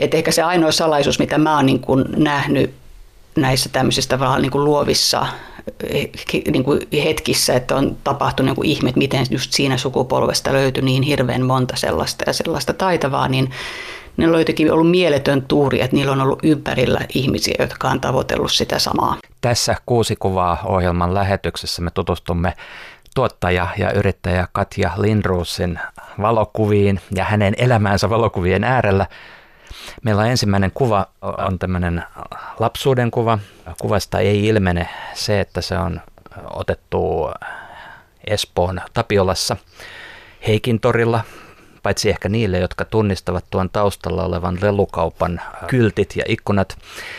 Et ehkä se ainoa salaisuus, mitä mä oon niin kuin nähnyt näissä tämmöisissä tavallaan niin kuin luovissa niin kuin hetkissä, että on tapahtunut niin kuin ihme, että miten just siinä sukupolvesta löytyi niin hirveän monta sellaista ja sellaista taitavaa, niin niillä on jotenkin ollut mieletön tuuri, että niillä on ollut ympärillä ihmisiä, jotka on tavoitellut sitä samaa. Tässä 6 kuvaa -ohjelman lähetyksessä me tutustumme tuottaja ja yrittäjä Katja Lindrosin valokuviin ja hänen elämäänsä valokuvien äärellä. Meillä on ensimmäinen kuva, on tämmöinen lapsuuden kuva. Kuvasta ei ilmene se, että se on otettu Espoon Tapiolassa Heikintorilla, paitsi ehkä niille, jotka tunnistavat tuon taustalla olevan lellukaupan kyltit ja ikkunat.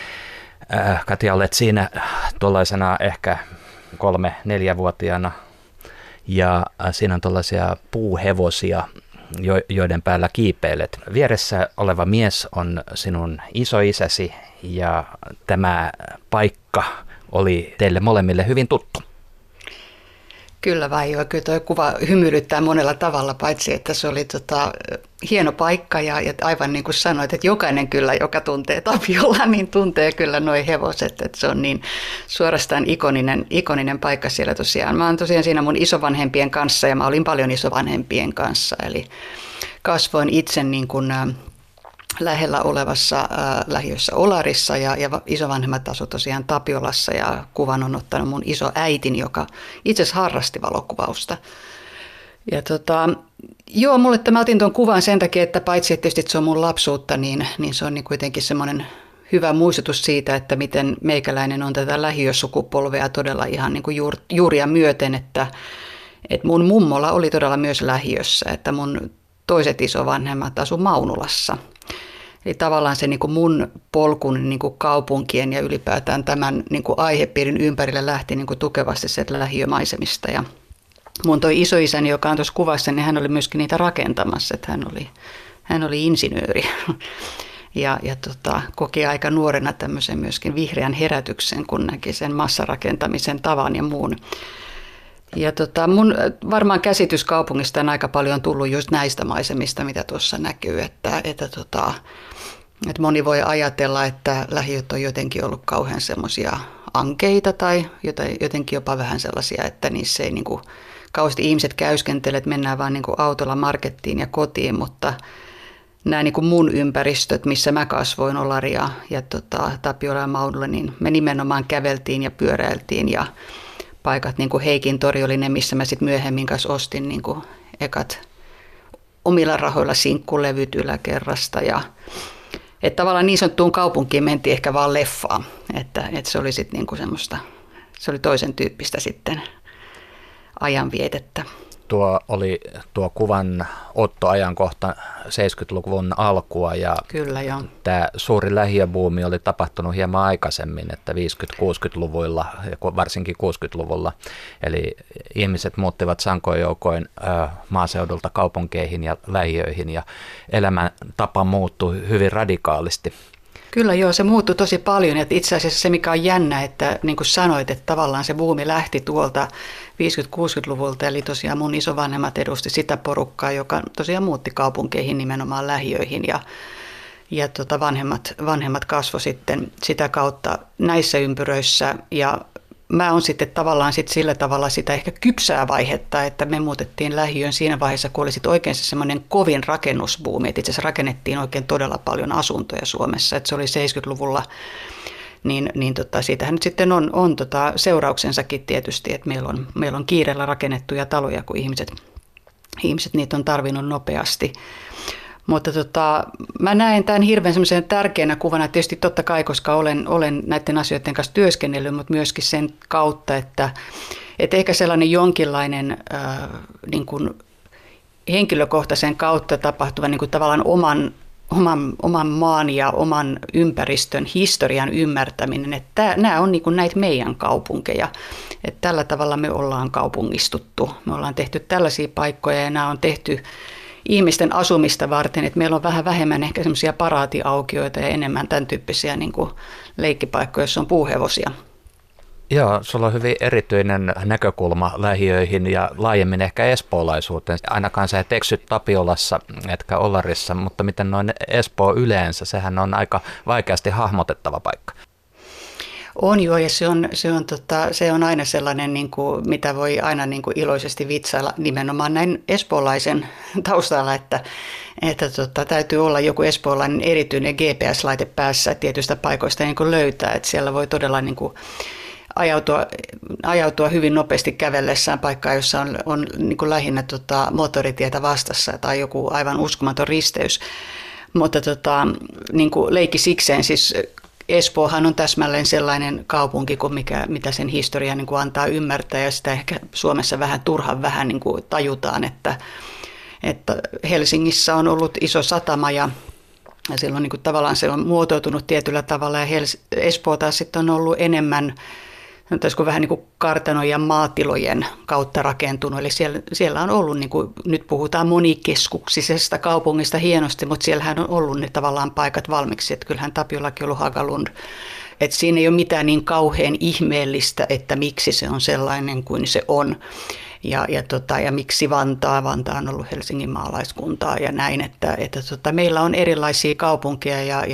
Katja, olet siinä tuollaisena ehkä 3-4-vuotiaana ja siinä on tuollaisia puuhevosia, joiden päällä kiipeilet. Vieressä oleva mies on sinun isoisäsi ja tämä paikka oli teille molemmille hyvin tuttu. Kyllä vai joo, kyllä tuo kuva hymyilyttää monella tavalla, paitsi että se oli hieno paikka ja aivan niin kuin sanoit, että jokainen kyllä, joka tuntee Tapiolla, niin tuntee kyllä nuo hevoset, että se on niin suorastaan ikoninen paikka siellä tosiaan. Mä oon tosiaan siinä mun isovanhempien kanssa ja mä olin paljon isovanhempien kanssa, eli kasvoin itse niin kuin lähellä olevassa lähiössä Olarissa ja isovanhemmat asuivat tosiaan Tapiolassa ja kuvan on ottanut mun iso äitini, joka itse asiassa harrasti valokuvausta. Ja joo, mä otin tuon kuvan sen takia, että paitsi että tietysti se on mun lapsuutta, niin se on niin kuitenkin semmoinen hyvä muistutus siitä, että miten meikäläinen on tätä lähiösukupolvea todella ihan niin kuin juuria myöten, että mun mummola oli todella myös lähiössä, että mun toiset isovanhemmat asu Maunulassa. Eli tavallaan se niin kuin mun polkun niin kuin kaupunkien ja ylipäätään tämän niin kuin aihepiirin ympärille lähti niin kuin tukevasti sieltä lähiömaisemista. Ja mun toi isoisäni, joka on tuossa kuvassa, niin hän oli myöskin niitä rakentamassa, että hän oli insinööri. Ja koki aika nuorena tämmöisen myöskin vihreän herätyksen, kun näki sen massarakentamisen tavan ja muun. Ja mun varmaan käsitys kaupungista on aika paljon tullut just näistä maisemista, mitä tuossa näkyy, että moni voi ajatella, että lähiöt on jotenkin ollut kauhean semmoisia ankeita tai jotenkin jopa vähän sellaisia, että niissä ei niin kuin kauheasti ihmiset käyskentele, että mennään vaan niin kuin autolla markettiin ja kotiin, mutta nämä niin kuin mun ympäristöt, missä mä kasvoin, Olari ja Tapiola ja Maunulla, niin me nimenomaan käveltiin ja pyöräiltiin ja paikat, niin kuin Heikintori oli ne, missä mä sitten myöhemmin kanssa ostin niin kuin ekat omilla rahoilla sinkkulevyt yläkerrasta. Että tavallaan niin sanottuun kaupunkiin mentiin ehkä vaan leffaan, että se oli sitten niin kuin semmoista, se oli toisen tyyppistä sitten ajanvietettä. Tuo kuvan ottoajankohta 70-luvun alkua ja kyllä, joo. Tämä suuri lähiöbuumi oli tapahtunut hieman aikaisemmin, että 50-60-luvuilla ja varsinkin 60-luvulla. Eli ihmiset muuttivat sankoin joukoin maaseudulta kaupunkeihin ja lähiöihin ja elämäntapa muuttui hyvin radikaalisti. Kyllä joo, se muuttui tosi paljon ja itse asiassa se mikä on jännä, että niin kuin sanoit, että tavallaan se buumi lähti tuolta 50-60-luvulta, eli tosiaan mun isovanhemmat edusti sitä porukkaa, joka tosiaan muutti kaupunkeihin nimenomaan lähiöihin ja vanhemmat kasvoi sitten sitä kautta näissä ympyröissä ja mä oon sitten tavallaan sillä tavalla sitä ehkä kypsää vaihetta, että me muutettiin lähiöön siinä vaiheessa, kun oli sitten oikein se semmoinen kovin rakennusbuumi, että itse asiassa rakennettiin oikein todella paljon asuntoja Suomessa, että se oli 70-luvulla, niin siitähän nyt sitten on seurauksensakin tietysti, että meillä on kiireellä rakennettuja taloja, kun ihmiset niitä on tarvinnut nopeasti. Mutta mä näen tämän hirveän semmoisen tärkeänä kuvana, tietysti totta kai, koska olen näiden asioiden kanssa työskennellyt, mutta myöskin sen kautta, että ehkä sellainen jonkinlainen niin kuin henkilökohtaisen kautta tapahtuva niin kuin tavallaan oman maan ja oman ympäristön historian ymmärtäminen, että nämä on niin kuin näitä meidän kaupunkeja. Että tällä tavalla me ollaan kaupungistuttu, me ollaan tehty tällaisia paikkoja ja nämä on tehty ihmisten asumista varten, että meillä on vähän vähemmän ehkä semmoisia paraatiaukioita ja enemmän tämän tyyppisiä niin kuin leikkipaikkoja, joissa on puuhevosia. Joo, sulla on hyvin erityinen näkökulma lähiöihin ja laajemmin ehkä espoolaisuuteen. Ainakaan sä et eksy Tapiolassa etkä Ollarissa, mutta miten noin Espoo yleensä, sehän on aika vaikeasti hahmotettava paikka. On joo, ja se on aina sellainen, niin kuin, mitä voi aina niin kuin iloisesti vitsailla nimenomaan näin espoolaisen taustalla, että täytyy olla joku espoolainen erityinen GPS-laite päässä tietystä paikoista niin kuin löytää, että siellä voi todella niin kuin ajautua hyvin nopeasti kävellessään paikkaan, jossa on niin kuin lähinnä moottoritietä vastassa tai joku aivan uskomaton risteys. Mutta niin kuin leikki sikseen, siis Espoohan on täsmälleen sellainen kaupunki kuin mitä sen historia niin kuin antaa ymmärtää, ja sitä ehkä Suomessa turhan vähän niin kuin tajutaan, että Helsingissä on ollut iso satama ja silloin niin kuin tavallaan se on muotoutunut tietyllä tavalla, ja Espoo taas sitten on ollut enemmän sanotaanko vähän niin kuin kartanon ja maatilojen kautta rakentunut. Eli siellä on ollut, niin kuin, nyt puhutaan monikeskuksisesta kaupungista hienosti, mutta siellähän on ollut ne tavallaan paikat valmiiksi. Että kyllähän Tapiolakin on ollut Hagalund. Että siinä ei ole mitään niin kauhean ihmeellistä, että miksi se on sellainen kuin se on. Ja miksi Vantaa on ollut Helsingin maalaiskuntaa ja näin. Että meillä on erilaisia kaupunkeja ja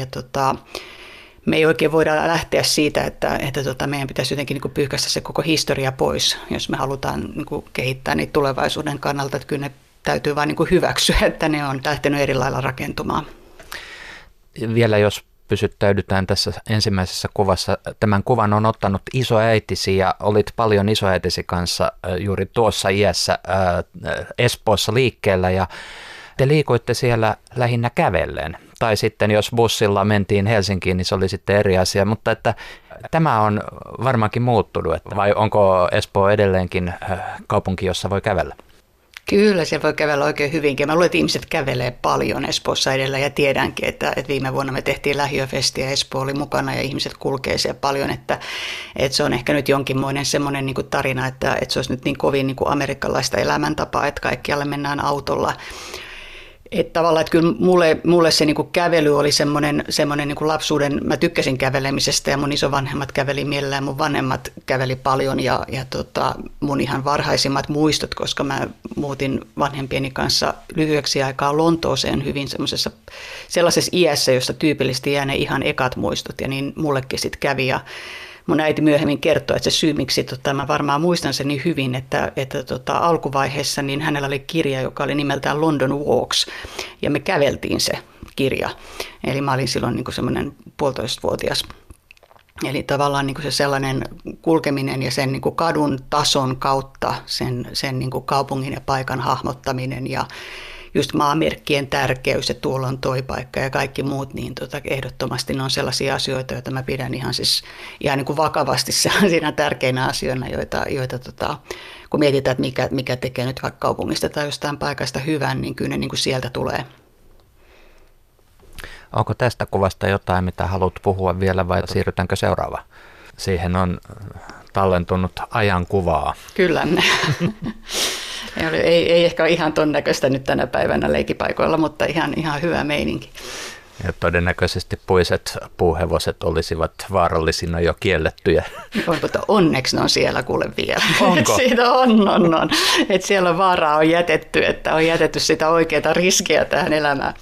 me ei oikein voida lähteä siitä, että meidän pitäisi jotenkin niin kuin pyyhkäistä se koko historia pois, jos me halutaan niin kuin kehittää niitä tulevaisuuden kannalta. Että kyllä ne täytyy vain niin kuin hyväksyä, että ne on lähtenyt eri lailla rakentumaan. Vielä jos pysyttäydytään tässä ensimmäisessä kuvassa. Tämän kuvan on ottanut isoäitisi ja olit paljon isoäitisi kanssa juuri tuossa iässä Espoossa liikkeellä ja te liikuitte siellä lähinnä kävellen. Tai sitten jos bussilla mentiin Helsinkiin, niin se oli sitten eri asia, mutta että tämä on varmaankin muuttunut, vai onko Espoo edelleenkin kaupunki, jossa voi kävellä? Kyllä, se voi kävellä oikein hyvinkin. Mä luulen, että ihmiset kävelee paljon Espoossa edellä ja tiedänkin, että viime vuonna me tehtiin lähiöfestiä ja Espoo oli mukana ja ihmiset kulkee siellä paljon, että se on ehkä nyt jonkinmoinen semmoinen niin kuin tarina, että se olisi nyt niin kovin niin kuin amerikkalaista elämäntapaa, että kaikkialle mennään autolla. Että tavallaan, että kyllä mulle se niinku kävely oli semmoinen niinku lapsuuden, mä tykkäsin kävelemisestä ja mun isovanhemmat käveli mielellään, mun vanhemmat käveli paljon ja mun ihan varhaisimmat muistot, koska mä muutin vanhempieni kanssa lyhyeksi aikaa Lontooseen hyvin sellaisessa iässä, jossa tyypillisesti jää ne ihan ekat muistot ja niin mullekin sitten kävi ja mun äiti myöhemmin kertoi, että se syy, miksi mä varmaan muistan sen niin hyvin, että alkuvaiheessa niin hänellä oli kirja, joka oli nimeltään London Walks, ja me käveltiin se kirja. Eli mä olin silloin niin kuin semmoinen 1,5-vuotias. Eli tavallaan niin kuin se sellainen kulkeminen ja sen niin kuin kadun tason kautta sen niin kuin kaupungin ja paikan hahmottaminen ja just maamerkkien tärkeys, että tuolla on toi paikka ja kaikki muut, niin ehdottomasti ne on sellaisia asioita, joita mä pidän ihan niin kuin vakavasti siinä tärkeinä asioina, joita kun mietitään, että mikä tekee nyt vaikka kaupungista tai jostain paikasta hyvän, niin kyllä ne niin kuin sieltä tulee. Onko tästä kuvasta jotain, mitä haluat puhua vielä vai siirrytäänkö seuraavaan? Siihen on tallentunut ajankuvaa. Kyllä. Ei ehkä ole ihan ton näköistä nyt tänä päivänä leikipaikoilla, mutta ihan hyvä meininki. Ja todennäköisesti puiset puuhevoset olisivat vaarallisina jo kiellettyjä. Mutta onneksi ne on siellä kuule vielä. Onko? Siitä on. Että siellä vaaraa on jätetty, että on jätetty sitä oikeaa riskiä tähän elämään.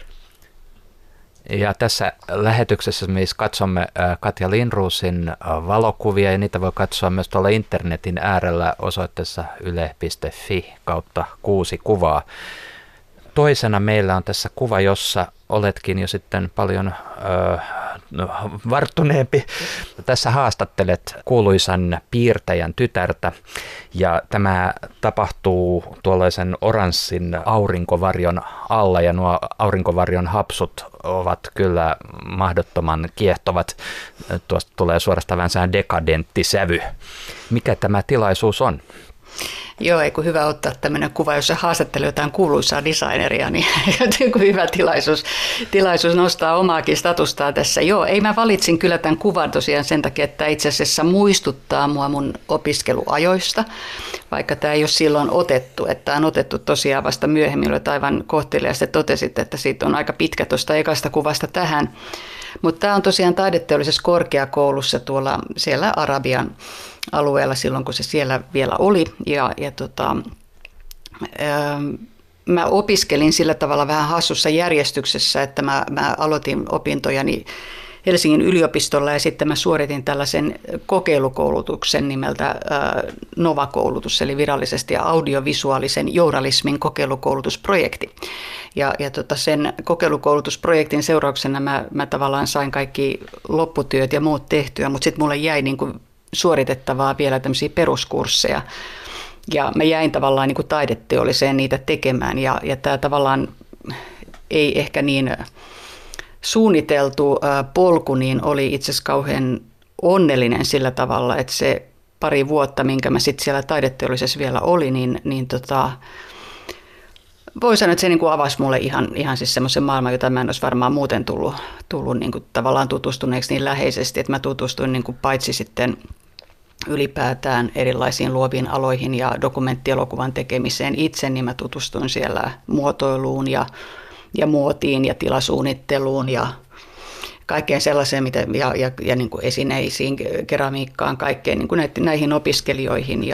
Ja tässä lähetyksessä missä katsomme Katja Lindroosin valokuvia ja niitä voi katsoa myös tuolla internetin äärellä osoitteessa yle.fi/6 kuvaa. Toisena meillä on tässä kuva, jossa oletkin jo sitten paljon varttuneempi. Tässä haastattelet kuuluisan piirtäjän tytärtä ja tämä tapahtuu tuollaisen oranssin aurinkovarjon alla ja nuo aurinkovarjon hapsut ovat kyllä mahdottoman kiehtovat. Tuosta tulee suorastaan vähän dekadentti sävy. Mikä tämä tilaisuus on? Joo, ei kun hyvä ottaa tämmöinen kuva, jos se haastattelee jotain kuuluisaa designeria, niin hyvä tilaisuus nostaa omaakin statustaa tässä. Joo, ei mä valitsin kyllä tämän kuvan tosiaan sen takia, että itse asiassa muistuttaa mua mun opiskeluajoista, vaikka tämä ei ole silloin otettu, että tämä on otettu tosiaan vasta myöhemmin, olet aivan kohteliaasti totesit, että siitä on aika pitkä tuosta ekasta kuvasta tähän. Mutta tämä on tosiaan taideteollisessa korkeakoulussa tuolla siellä Arabian alueella silloin, kun se siellä vielä oli. Mä opiskelin sillä tavalla vähän hassussa järjestyksessä, että mä aloitin opintojani Helsingin yliopistolla ja sitten mä suoritin tällaisen kokeilukoulutuksen nimeltä Nova-koulutus, eli virallisesti audiovisuaalisen journalismin kokeilukoulutusprojekti. Ja sen kokeilukoulutusprojektin seurauksena mä tavallaan sain kaikki lopputyöt ja muut tehtyä, mutta sitten mulle jäi niin kuin suoritettavaa vielä tämmöisiä peruskursseja. Ja mä jäin tavallaan niin kuin taideteolliseen niitä tekemään ja tämä tavallaan ei ehkä niin suunniteltu polku niin oli itse asiassa kauhean onnellinen sillä tavalla, että se pari vuotta, minkä mä sitten siellä taideteollisessa vielä oli, niin voi sanoa, että se niin kuin avasi mulle ihan siis semmoisen maailman, jota mä en olisi varmaan muuten tullut niin kuin tavallaan tutustuneeksi niin läheisesti, että mä tutustuin niin kuin paitsi sitten ylipäätään erilaisiin luoviin aloihin ja dokumenttielokuvan tekemiseen itse, niin mä tutustuin siellä muotoiluun ja muotiin ja tilasuunnitteluun ja kaikkeen sellaiseen, ja niin kuin esineisiin, keramiikkaan, kaikkeen niin kuin näihin opiskelijoihin.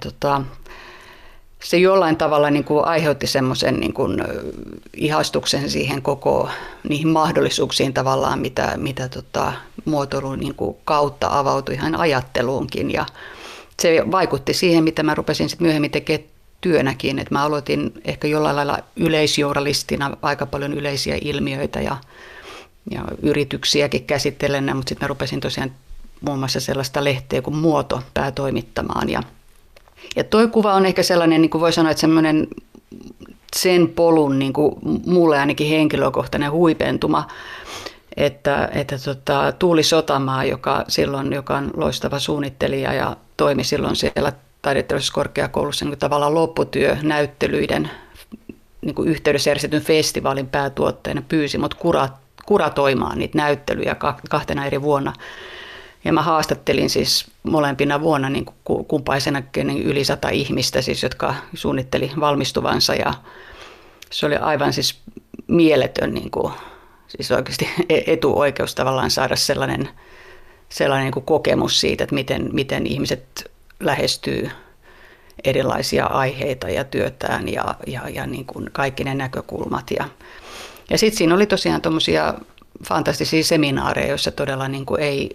Se jollain tavalla niin kuin aiheutti semmoisen niin kuin ihastuksen siihen niihin mahdollisuuksiin tavallaan, mitä muotoilun niin kuin kautta avautui ihan ajatteluunkin. Ja se vaikutti siihen, mitä mä rupesin sitten myöhemmin tekemään työnäkin, että mä aloitin ehkä jollain lailla yleisjournalistina aika paljon yleisiä ilmiöitä ja yrityksiäkin käsittelen, mutta sitten mä rupesin tosiaan muun muassa sellaista lehteä kuin Muoto päätoimittamaan. Ja toi kuva on ehkä sellainen, niin kuin voi sanoa, että semmoinen sen polun niin kuin mulle ainakin henkilökohtainen huipentuma, että Tuuli Sotamaa, joka on loistava suunnittelija ja toimi silloin siellä taideteollisessa korkeakoulussa niin tavallaan lopputyönäyttelyiden niin kuin yhteydessä järjestetyn festivaalin päätuotteena pyysi mut kuratoimaan niitä näyttelyjä 2 eri vuonna. Ja mä haastattelin siis molempina vuonna niin kumpaisena yli 100 ihmistä, siis, jotka suunnitteli valmistuvansa. Ja se oli aivan siis mieletön, niin kuin, siis oikeasti etuoikeus tavallaan saada sellainen niin kuin kokemus siitä, että miten ihmiset lähestyy erilaisia aiheita ja työtään ja niin kuin kaikki ne näkökulmat. Ja sitten siinä oli tosiaan tuommoisia fantastisia seminaareja, joissa todella niin kuin ei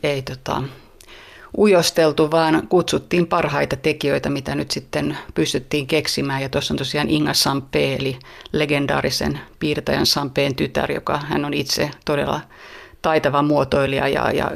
ujosteltu, vaan kutsuttiin parhaita tekijöitä, mitä nyt sitten pystyttiin keksimään. Ja tuossa on tosiaan Inga Sampé, eli legendaarisen piirtäjän Sampeen tytär, joka hän on itse todella taitava muotoilija.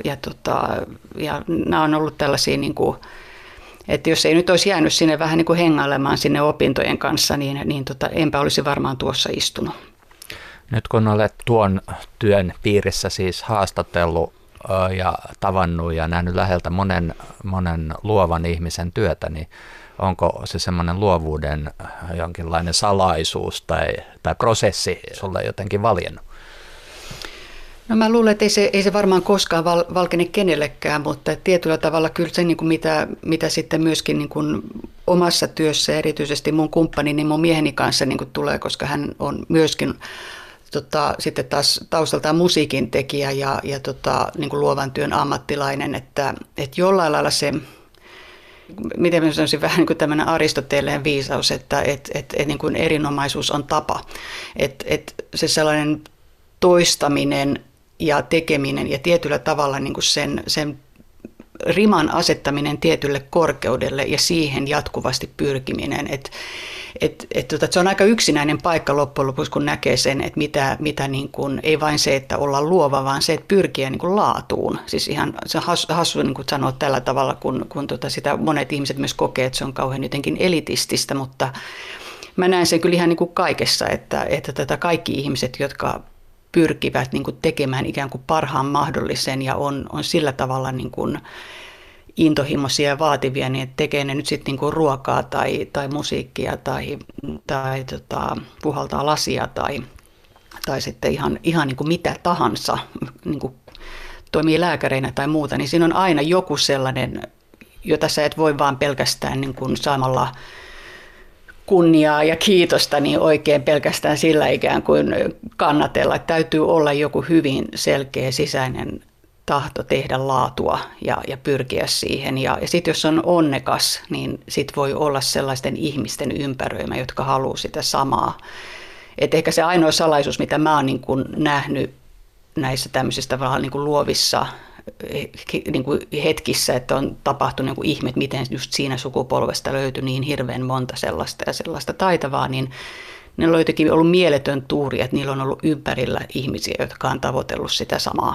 Ja nämä on ollut tällaisia, niin kuin, että jos ei nyt olisi jäänyt sinne vähän niin kuin hengailemaan sinne opintojen kanssa, niin enpä olisi varmaan tuossa istunut. Nyt kun olet tuon työn piirissä siis haastatellut ja tavannut ja nähnyt läheltä monen luovan ihmisen työtä, niin onko se semmoinen luovuuden jonkinlainen salaisuus tai prosessi sulle jotenkin valjennut? No mä luulen, että ei se varmaan koskaan valkene kenellekään, mutta tietyllä tavalla kyllä se, niin kuin mitä sitten myöskin niin kuin omassa työssä, erityisesti mun kumppanini, mun mieheni kanssa niin kuin tulee, koska hän on myöskin sitten taas taustaltaan musiikin tekijä ja niin kuin luovan työn ammattilainen, että jollain lailla se, miten mä sanoisin, vähän niin kuin tämmöinen Aristoteleen viisaus, että niin kuin erinomaisuus on tapa, että se sellainen toistaminen ja tekeminen ja tietyllä tavalla niin kuin sen riman asettaminen tietylle korkeudelle ja siihen jatkuvasti pyrkiminen, että se on aika yksinäinen paikka loppujen lopuksi, kun näkee sen, että mitä niin kuin, ei vain se, että olla luova, vaan se, että pyrkiä niin kuin laatuun. Siis ihan se on hassu niin kuin sanoa tällä tavalla, kun sitä monet ihmiset myös kokee, että se on kauhean jotenkin elitististä, mutta mä näen sen kyllä ihan niin kuin kaikessa, että kaikki ihmiset, jotka pyrkivät niin kuin tekemään ikään kuin parhaan mahdollisen ja on sillä tavalla niin kuin intohimoisia ja vaativia, niin että tekee ne nyt sitten niinku ruokaa tai musiikkia tai puhaltaa lasia tai sitten ihan niin kuin mitä tahansa, niin kuin toimii lääkäreinä tai muuta, niin siinä on aina joku sellainen, jota sä et voi vaan pelkästään niin kuin saamalla kunniaa ja kiitosta, niin oikein pelkästään sillä ikään kuin kannatella. Että täytyy olla joku hyvin selkeä sisäinen tahto tehdä laatua ja pyrkiä siihen. Ja sitten jos on onnekas, niin sit voi olla sellaisten ihmisten ympäröimä, jotka haluaa sitä samaa. Et ehkä se ainoa salaisuus, mitä mä oon niin kuin nähnyt näissä tämmöisissä tavallaan niin kuin luovissa niin kuin hetkissä, että on tapahtunut niin kuin ihme, miten just siinä sukupolvesta löytyi niin hirveän monta sellaista ja sellaista taitavaa, niin ne on jotenkin ollut mieletön tuuri, että niillä on ollut ympärillä ihmisiä, jotka on tavoitellut sitä samaa.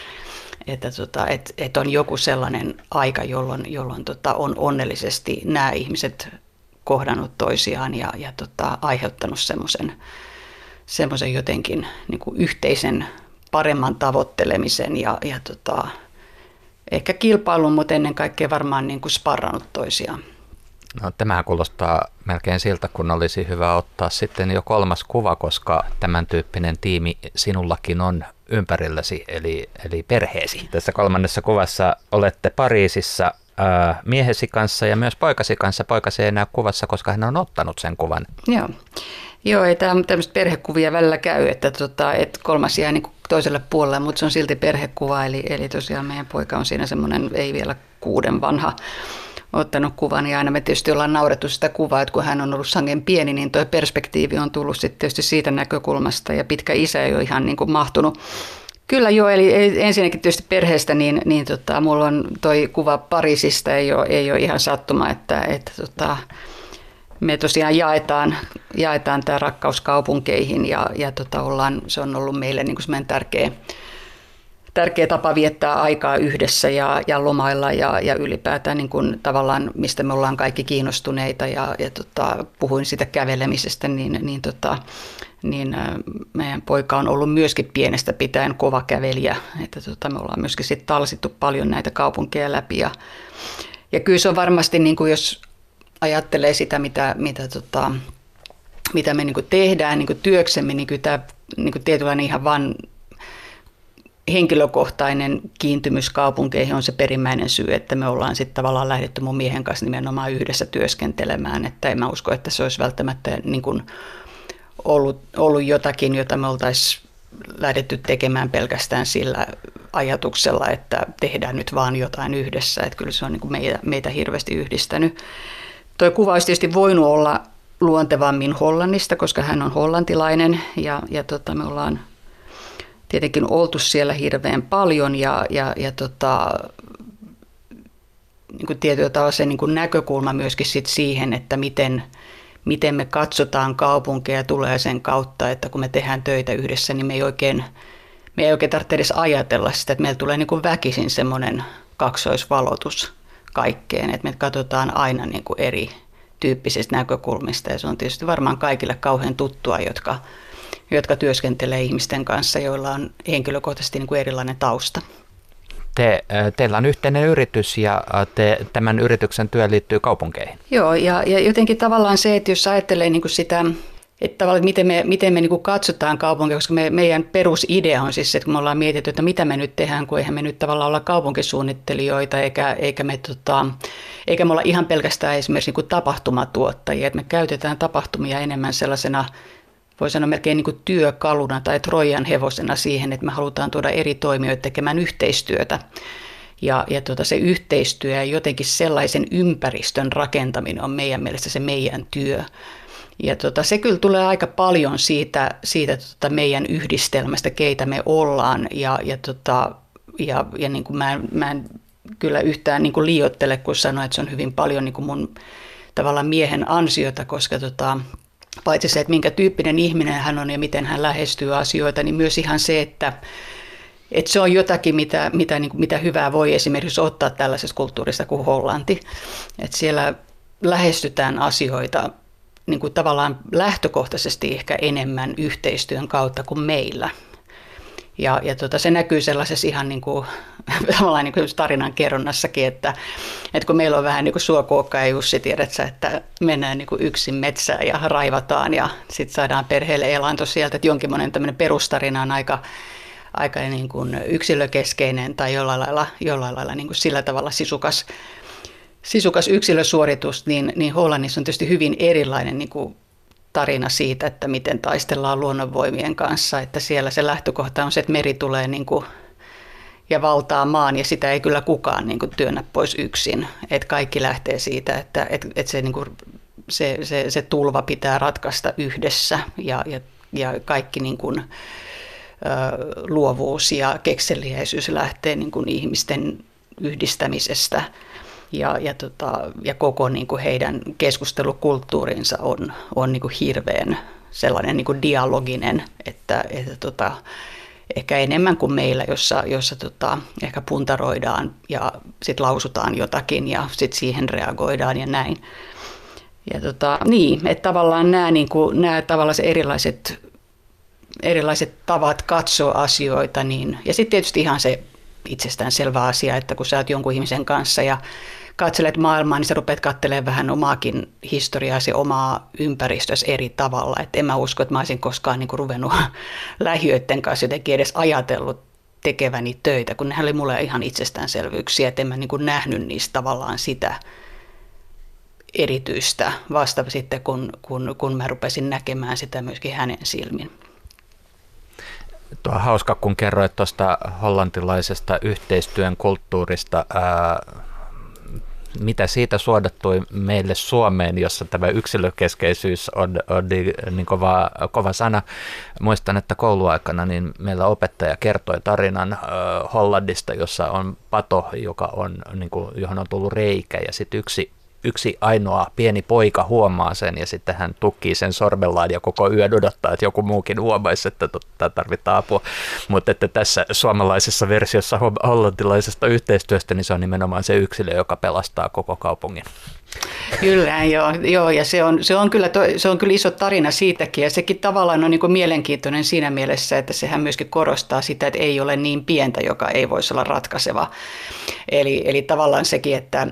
Että on joku sellainen aika, jolloin on onnellisesti nämä ihmiset kohdannut toisiaan ja aiheuttanut semmoisen jotenkin niin kuin yhteisen paremman tavoittelemisen ja ehkä kilpailun, mutta ennen kaikkea varmaan niin kuin sparrannut toisiaan. No, tämähän kuulostaa melkein siltä, kun olisi hyvä ottaa sitten jo 3. kuva, koska tämän tyyppinen tiimi sinullakin on ympärilläsi, eli perheesi. Tässä 3. kuvassa olette Pariisissa miehesi kanssa ja myös poikasi kanssa. Poikasi ei näy kuvassa, koska hän on ottanut sen kuvan. Joo, ei tämmöistä perhekuvia välillä käy, että 3. jää niin kuin toiselle puolelle, mutta se on silti perhekuva, eli tosiaan meidän poika on siinä semmoinen ei vielä 6 vanha ottanut kuvan, ja aina me tietysti ollaan naurettu sitä kuvaa, että kun hän on ollut sangen pieni, niin tuo perspektiivi on tullut sitten tietysti siitä näkökulmasta, ja pitkä isä ei ole ihan niin kuin mahtunut. Kyllä joo, eli ensinnäkin tietysti perheestä, niin mulla on toi kuva Pariisista, ei ole ihan sattuma, että me tosiaan jaetaan tämä rakkaus kaupunkeihin ja se on ollut meille niin kuin semmoinen tärkeä tapa viettää aikaa yhdessä ja lomailla ja ylipäätään niin kuin tavallaan mistä me ollaan kaikki kiinnostuneita ja puhuin siitä kävelemisestä, niin meidän poika on ollut myöskin pienestä pitäen kova kävelijä, että me ollaan myöskin sitten talsittu paljon näitä kaupunkeja läpi ja kyllä se on varmasti niin kuin jos ajattelee sitä, mitä me niin kuin tehdään niin kuin työksemme, niin kyllä tämä niin kuin tietynlainen ihan vain henkilökohtainen kiintymys kaupunkeihin on se perimmäinen syy, että me ollaan sitten tavallaan lähdetty mun miehen kanssa nimenomaan yhdessä työskentelemään, että en mä usko, että se olisi välttämättä niin kuin ollut jotakin, jota me oltaisiin lähdetty tekemään pelkästään sillä ajatuksella, että tehdään nyt vaan jotain yhdessä, että kyllä se on niin kuin meitä hirveästi yhdistänyt. Tuo kuva olisi tietysti voinut olla luontevammin Hollannista, koska hän on hollantilainen ja me ollaan tietenkin oltu siellä hirveän paljon ja niin kuin tietyllä tavalla se niin kuin näkökulma myöskin sit siihen, että miten me katsotaan kaupunkeja tulee sen kautta, että kun me tehdään töitä yhdessä, niin me ei oikein tarvitse edes ajatella sitä, että meillä tulee niin kuin väkisin semmoinen kaksoisvalotus kaikkeen, että me katsotaan aina niin kuin eri tyyppisistä näkökulmista ja se on tietysti varmaan kaikille kauhean tuttua, jotka työskentelee ihmisten kanssa, joilla on henkilökohtaisesti niin kuin erilainen tausta. Teillä on yhteinen yritys ja tämän yrityksen työ liittyy kaupunkeihin. Joo, ja jotenkin tavallaan se, että jos ajattelee niin kuin sitä, että tavallaan miten me niin kuin katsotaan kaupunkia, koska meidän perusidea on siis, että kun me ollaan mietitty, että mitä me nyt tehdään, kun eihän me nyt tavallaan olla kaupunkisuunnittelijoita, eikä me olla ihan pelkästään esimerkiksi niin kuin tapahtumatuottajia, että me käytetään tapahtumia enemmän sellaisena, voi sanoa melkein niin kuin työkaluna tai Trojan hevosena siihen, että me halutaan tuoda eri toimijoita tekemään yhteistyötä. Ja se yhteistyö ja jotenkin sellaisen ympäristön rakentaminen on meidän mielestä se meidän työ. Ja se kyllä tulee aika paljon siitä meidän yhdistelmästä, keitä me ollaan. Ja niin kuin mä en kyllä yhtään niin kuin liioittele, kun sanoin, että se on hyvin paljon niin kuin mun tavallaan miehen ansiota, koska paitsi se, että minkä tyyppinen ihminen hän on ja miten hän lähestyy asioita, niin myös ihan se, että se on jotakin, mitä hyvää voi esimerkiksi ottaa tällaisesta kulttuurista kuin Hollanti. Että siellä lähestytään asioita niin kuin tavallaan lähtökohtaisesti ehkä enemmän yhteistyön kautta kuin meillä. Se näkyy sellaisessa ihan niin kuin, tavallaan niin kuin tarinan kerronnassakin, että kun meillä on vähän niin kuin Suokuokka ja Jussi, tiedätkö, että mennään niin kuin yksin metsään ja raivataan ja sitten saadaan perheelle elanto sieltä, että jonkinlainen tämmöinen perustarina on aika niin kuin yksilökeskeinen tai jollain lailla niin kuin sillä tavalla sisukas yksilösuoritus, niin Hollannissa on tietysti hyvin erilainen niin kuin tarina siitä, että miten taistellaan luonnonvoimien kanssa, että siellä se lähtökohta on se, että meri tulee niin kuin ja valtaa maan ja sitä ei kyllä kukaan niin kuin työnnä pois yksin, että kaikki lähtee siitä, että se, niin kuin, se tulva pitää ratkaista yhdessä ja kaikki niin kuin, luovuus ja kekseliäisyys lähtee niin kuin ihmisten yhdistämisestä ja koko niin kuin heidän keskustelukulttuurinsa on niin kuin hirveän sellainen niin kuin dialoginen, että ehkä enemmän kuin meillä, jossa ehkä puntaroidaan ja sitten lausutaan jotakin ja sitten siihen reagoidaan ja näin. Ja niin, että tavallaan nämä tavallaan erilaiset tavat katsoa asioita, niin, ja sitten tietysti ihan se itsestäänselvä asia, että kun sä oot jonkun ihmisen kanssa ja katselet maailmaa, niin sä rupeat katselemaan vähän omaakin historiaasi, omaa ympäristössä eri tavalla. Et en mä usko, että mä olisin koskaan niin kuin ruvennut lähiöiden kanssa jotenkin edes ajatellut tekeväni töitä, kun nehän oli mulle ihan itsestäänselvyyksiä, että en mä niin kuin nähnyt niistä tavallaan sitä erityistä vasta sitten, kun mä rupesin näkemään sitä myöskin hänen silmin. Tuo on hauska, kun kerroit tuosta hollantilaisesta yhteistyön kulttuurista. Mitä siitä suodattui meille Suomeen, jossa tämä yksilökeskeisyys on niin kova sana. Muistan, että kouluaikana niin meillä opettaja kertoi tarinan Hollannista, jossa on pato, johon on tullut reikä, ja sitten yksi ainoa pieni poika huomaa sen ja sitten hän tukkii sen sormellaan ja koko yön odottaa, että joku muukin huomaisi, että tarvitaan apua. Mutta että tässä suomalaisessa versiossa hollantilaisesta yhteistyöstä, niin se on nimenomaan se yksilö, joka pelastaa koko kaupungin. Kyllä, joo, ja se on kyllä iso tarina siitäkin, ja sekin tavallaan on niin kuin mielenkiintoinen siinä mielessä, että sehän myöskin korostaa sitä, että ei ole niin pientä, joka ei voisi olla ratkaiseva. Eli tavallaan sekin, että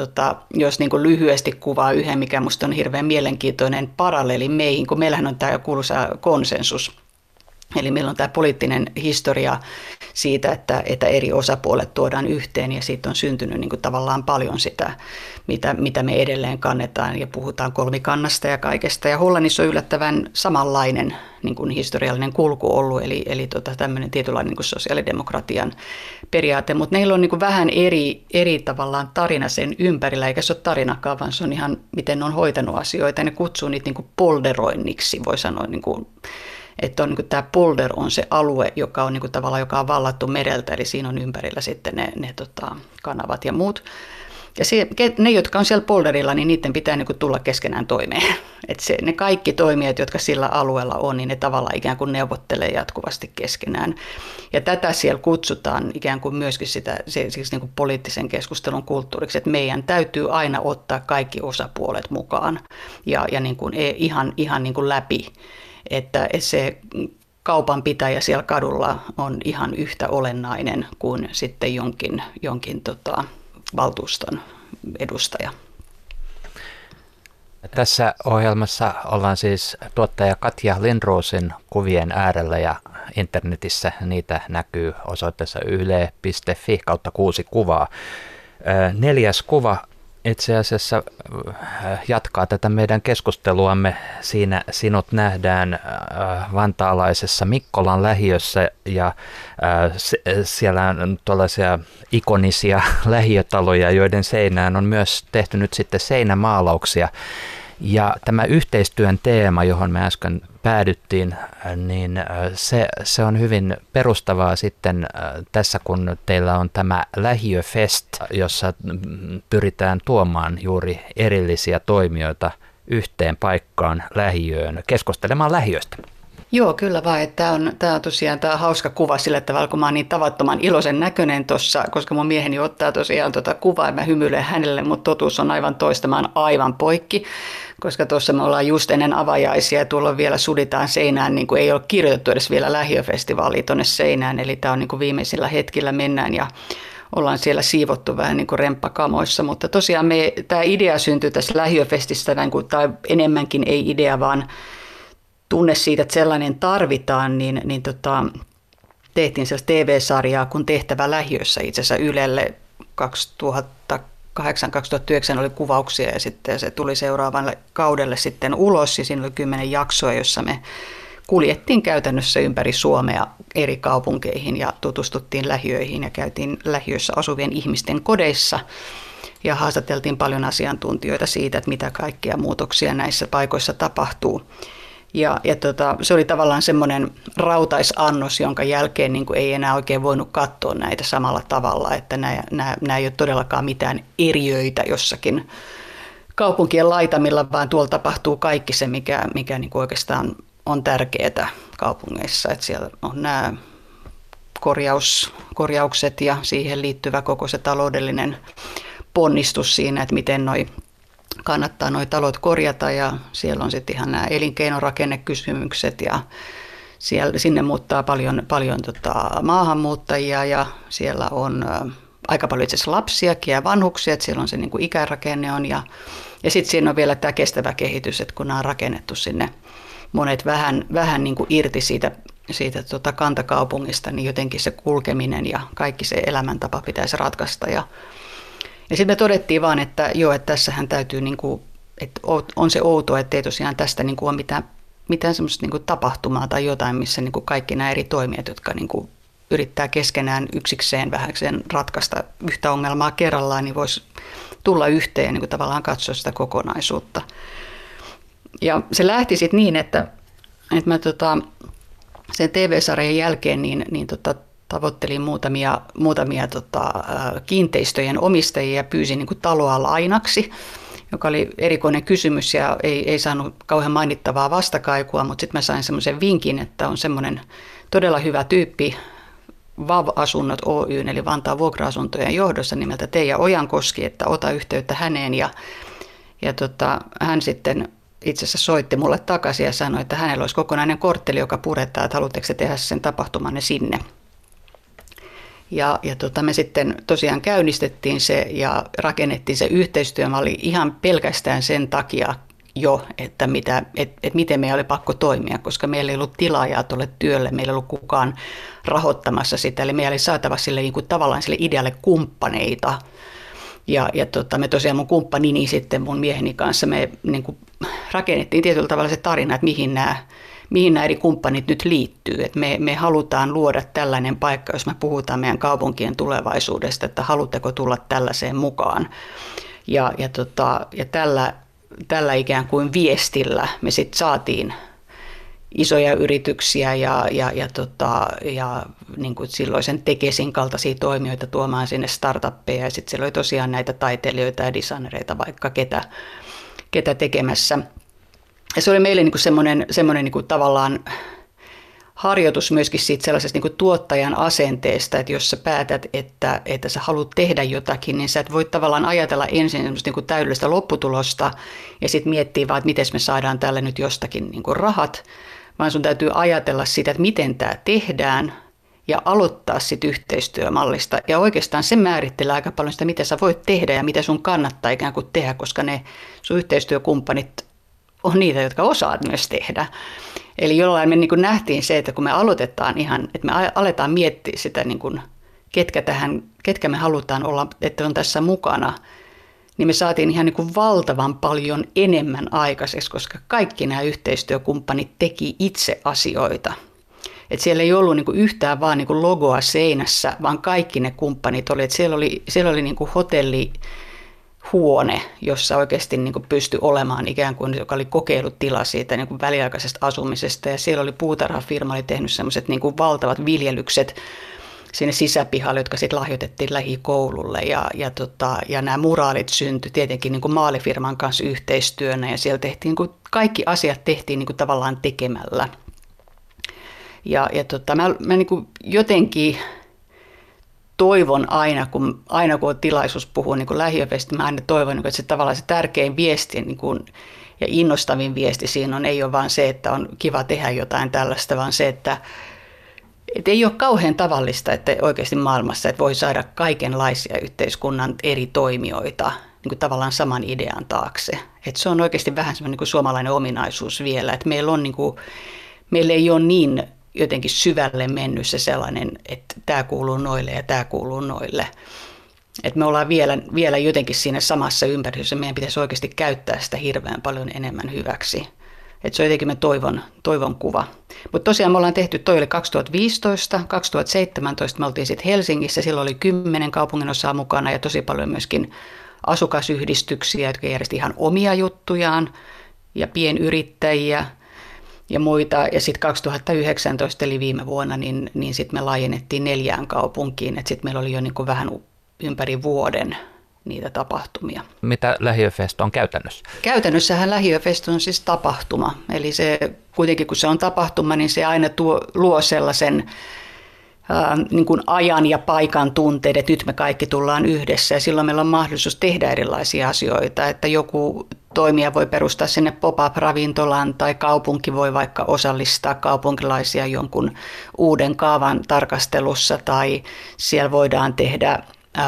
jos niin kuin lyhyesti kuvaa yhden, mikä musta on hirveän mielenkiintoinen paralleeli meihin, kun meillähän on tämä kuuluisa konsensus. Eli meillä on tämä poliittinen historia siitä, että eri osapuolet tuodaan yhteen ja siitä on syntynyt niin kuin tavallaan paljon sitä, mitä me edelleen kannetaan ja puhutaan kolmikannasta ja kaikesta. Ja Hollannissa on yllättävän samanlainen niin kuin historiallinen kulku ollut, eli tämmöinen tietynlainen niin kuin sosiaalidemokratian periaate, mutta neillä on niin kuin vähän eri tavallaan tarina sen ympärillä, eikä se ole tarinakaan, vaan se on ihan miten ne on hoitanut asioita ja ne kutsuu niitä niin kuin polderoinniksi, voi sanoa niin kuin, että on, niin kuin tämä polder on se alue, joka on, niin kuin tavallaan, joka on vallattu mereltä, eli siinä on ympärillä sitten ne kanavat ja muut. Ja ne, jotka on siellä polderilla, niin niiden pitää niin kuin tulla keskenään toimeen. Että ne kaikki toimijat, jotka sillä alueella on, niin ne tavallaan ikään kuin neuvottelee jatkuvasti keskenään. Ja tätä siellä kutsutaan ikään kuin myöskin siis niin kuin poliittisen keskustelun kulttuuriksi, että meidän täytyy aina ottaa kaikki osapuolet mukaan ja niin kuin ihan niin kuin läpi. Että se kaupanpitäjä siellä kadulla on ihan yhtä olennainen kuin sitten jonkin valtuuston edustaja. Tässä ohjelmassa ollaan siis tuottaja Katja Lindroosin kuvien äärellä ja internetissä niitä näkyy osoitteessa yle.fi/6 kuvaa. 4. kuva itse asiassa jatkaa tätä meidän keskusteluamme. Siinä sinut nähdään vantaalaisessa Mikkolan lähiössä ja siellä on tuollaisia ikonisia lähiötaloja, joiden seinään on myös tehty nyt sitten seinämaalauksia. Ja tämä yhteistyön teema, johon me äsken päädyttiin, niin se on hyvin perustavaa sitten tässä, kun teillä on tämä lähiöfest, jossa pyritään tuomaan juuri erillisiä toimijoita yhteen paikkaan lähiöön keskustelemaan lähiöstä. Joo, kyllä vaan. Että tämä on tosiaan tämä hauska kuva sillä tavalla, kun mä oon niin tavattoman iloisen näköinen tuossa, koska mun mieheni ottaa tosiaan kuvaa ja mä hymyilen hänelle, mutta totuus on aivan toista. Mä oon aivan poikki, koska tuossa me ollaan just ennen avajaisia ja tuolla on vielä suditaan seinään, niin kuin ei ole kirjoitettu edes vielä lähiöfestivaalia tuonne seinään, eli tämä on niin kuin viimeisillä hetkillä mennään ja ollaan siellä siivottu vähän niin kuin remppakamoissa, mutta tosiaan tämä idea syntyi tässä lähiöfestissä, tai enemmänkin ei idea, vaan tunne siitä, että sellainen tarvitaan, niin tehtiin sellaista TV-sarjaa kun Tehtävä lähiössä itse asiassa Ylelle 2008-2009 oli kuvauksia ja sitten se tuli seuraavalle kaudelle sitten ulos ja siinä oli 10 jaksoa, jossa me kuljettiin käytännössä ympäri Suomea eri kaupunkeihin ja tutustuttiin lähiöihin ja käytiin lähiöissä asuvien ihmisten kodeissa ja haastateltiin paljon asiantuntijoita siitä, että mitä kaikkia muutoksia näissä paikoissa tapahtuu. Ja se oli tavallaan semmoinen rautaisannos, jonka jälkeen niin kuin ei enää oikein voinut katsoa näitä samalla tavalla, että nämä ei ole todellakaan mitään eriöitä jossakin kaupunkien laitamilla, vaan tuolla tapahtuu kaikki se, mikä niin kuin oikeastaan on tärkeää kaupungeissa. Että siellä on nämä korjaukset ja siihen liittyvä koko se taloudellinen ponnistus siinä, että miten kannattaa nuo talot korjata ja siellä on sitten ihan nämä elinkeinorakennekysymykset ja sinne muuttaa paljon maahanmuuttajia ja siellä on aika paljon itse asiassa lapsiakin ja vanhuksia, että siellä on se niin kuin ikärakenne on ja sitten siinä on vielä tämä kestävä kehitys, että kun nämä on rakennettu sinne monet vähän niin kuin irti siitä kantakaupungista, niin jotenkin se kulkeminen ja kaikki se elämäntapa pitäisi ratkaista ja sitten me todettiin vaan, että joo, että tässähän täytyy, että on se outoa, että ei tosiaan tästä ole mitään semmoista tapahtumaa tai jotain, missä kaikki nämä eri toimijat, jotka yrittää keskenään yksikseen vähäkseen ratkaista yhtä ongelmaa kerrallaan, niin voisi tulla yhteen ja tavallaan katsoa sitä kokonaisuutta. Ja se lähti sitten niin, että mä sen TV-sarjan jälkeen tavoittelin muutamia kiinteistöjen omistajia ja pyysin taloa lainaksi, joka oli erikoinen kysymys ja ei saanut kauhean mainittavaa vastakaikua, mutta sitten mä sain semmoisen vinkin, että on semmoinen todella hyvä tyyppi VAV-asunnot Oyn, eli Vantaan vuokra-asuntojen johdossa nimeltä Teija Ojankoski, että ota yhteyttä häneen ja hän sitten itse asiassa soitti mulle takaisin ja sanoi, että hänellä olisi kokonainen kortteli, joka purettaa, että haluatteko tehdä sen tapahtumanne sinne. Ja me sitten tosiaan käynnistettiin se ja rakennettiin se yhteistyö. Mä olin ihan pelkästään sen takia jo, että miten meidän oli pakko toimia, koska meillä ei ollut tilaajaa tuolle työlle, meillä ei ollut kukaan rahoittamassa sitä, eli meillä oli saatava sille tavallaan sille idealle kumppaneita. Ja me tosiaan mun kumppanini sitten mun mieheni kanssa me rakennettiin tietyllä tavalla se tarina, että mihin nämä eri kumppanit nyt liittyy. Et me halutaan luoda tällainen paikka, jos me puhutaan meidän kaupunkien tulevaisuudesta, että haluatteko tulla tällaiseen mukaan. Ja tällä ikään kuin viestillä me sitten saatiin isoja yrityksiä ja niin kuin silloisen Tekesin kaltaisia toimijoita tuomaan sinne startuppeja. Ja sitten siellä oli tosiaan näitä taiteilijoita ja designereita vaikka ketä tekemässä. Ja se oli meille niin kuin semmoinen niin kuin tavallaan harjoitus myöskin siitä sellaisesta niin kuin tuottajan asenteesta, että jos sä päätät, että sä haluat tehdä jotakin, niin sä et voi tavallaan ajatella ensin semmoista niin kuin täydellistä lopputulosta ja sitten miettiä vaan, että miten me saadaan tälle nyt jostakin niin kuin rahat, vaan sun täytyy ajatella sitä, että miten tämä tehdään ja aloittaa sitten yhteistyömallista. Ja oikeastaan se määrittelee aika paljon sitä, mitä sä voit tehdä ja mitä sun kannattaa ikään kuin tehdä, koska ne sun yhteistyökumppanit on niitä, jotka osaat myös tehdä. Eli jollain me niin kuin nähtiin se, että kun me aloitetaan että me aletaan miettiä sitä, niin kuin, ketkä me halutaan olla, että on tässä mukana, niin me saatiin ihan niin kuin valtavan paljon enemmän aikaiseksi, koska kaikki nämä yhteistyökumppanit teki itse asioita. Et siellä ei ollut niin kuin yhtään vaan niin kuin logoa seinässä, vaan kaikki ne kumppanit oli. Et siellä oli niin kuin hotellihuone, jossa oikeasti niin kuin pystyi olemaan ikään kuin, joka oli kokeilutila siitä niin kuin väliaikaisesta asumisesta. Ja siellä oli puutarhafirma, oli tehnyt sellaiset niin kuin valtavat viljelykset sinne sisäpihalle, jotka sitten lahjoitettiin lähikoululle. Ja nämä muraalit syntyi tietenkin niin kuin maalifirman kanssa yhteistyönä. Ja siellä tehtiin, niin kuin kaikki asiat tehtiin niin kuin tavallaan tekemällä. Mä niin kuin jotenkin toivon aina kun on tilaisuus puhua niin lähiöfestistä, mä aina toivon, että se tavallaan se tärkein viesti niin kuin, ja innostavin viesti siinä ei ole vaan se, että on kiva tehdä jotain tällaista, vaan se, että ei ole kauhean tavallista, että oikeasti maailmassa että voi saada kaikenlaisia yhteiskunnan eri toimijoita niin kuin tavallaan saman idean taakse. Että se on oikeasti vähän semmoinen niin kuin suomalainen ominaisuus vielä, että meillä ei ole niin jotenkin syvälle mennyt se sellainen, että tämä kuuluu noille ja tämä kuuluu noille. Että me ollaan vielä jotenkin siinä samassa ympäristössä, meidän pitäisi oikeasti käyttää sitä hirveän paljon enemmän hyväksi. Että se on jotenkin me toivon kuva. Mutta tosiaan me ollaan tehty, toi oli 2015, 2017 me oltiin sitten Helsingissä, silloin oli 10 kaupunginosaa mukana ja tosi paljon myöskin asukasyhdistyksiä, jotka järjesti ihan omia juttujaan ja pienyrittäjiä ja muita. Ja sitten 2019 eli viime vuonna, niin sitten me laajennettiin 4 kaupunkiin, että sitten meillä oli jo niin kuin vähän ympäri vuoden niitä tapahtumia. Mitä Lähiöfest on käytännössä? Käytännössähän Lähiöfest on siis tapahtuma. Eli se kuitenkin kun se on tapahtuma, niin se aina luo sellaisen niin kuin ajan ja paikan tunteet, että nyt me kaikki tullaan yhdessä ja silloin meillä on mahdollisuus tehdä erilaisia asioita, että joku toimija voi perustaa sinne pop-up-ravintolan tai kaupunki voi vaikka osallistaa kaupunkilaisia jonkun uuden kaavan tarkastelussa tai siellä voidaan tehdä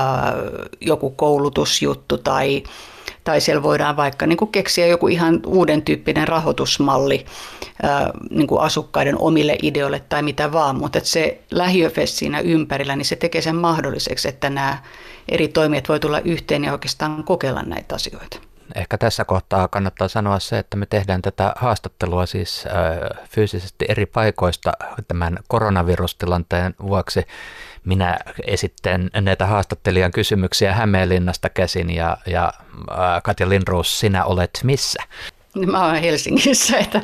joku koulutusjuttu tai siellä voidaan vaikka niin kuin keksiä joku ihan uuden tyyppinen rahoitusmalli niin kuin asukkaiden omille ideoille tai mitä vaan, mutta se Lähiöfest siinä ympärillä, niin se tekee sen mahdolliseksi, että nämä eri toimijat voi tulla yhteen ja oikeastaan kokeilla näitä asioita. Ehkä tässä kohtaa kannattaa sanoa se, että me tehdään tätä haastattelua siis fyysisesti eri paikoista tämän koronavirustilanteen vuoksi. Minä esittän näitä haastattelijan kysymyksiä Hämeenlinnasta käsin ja Katja Lindroos, sinä olet missä? Mä oon Helsingissä, että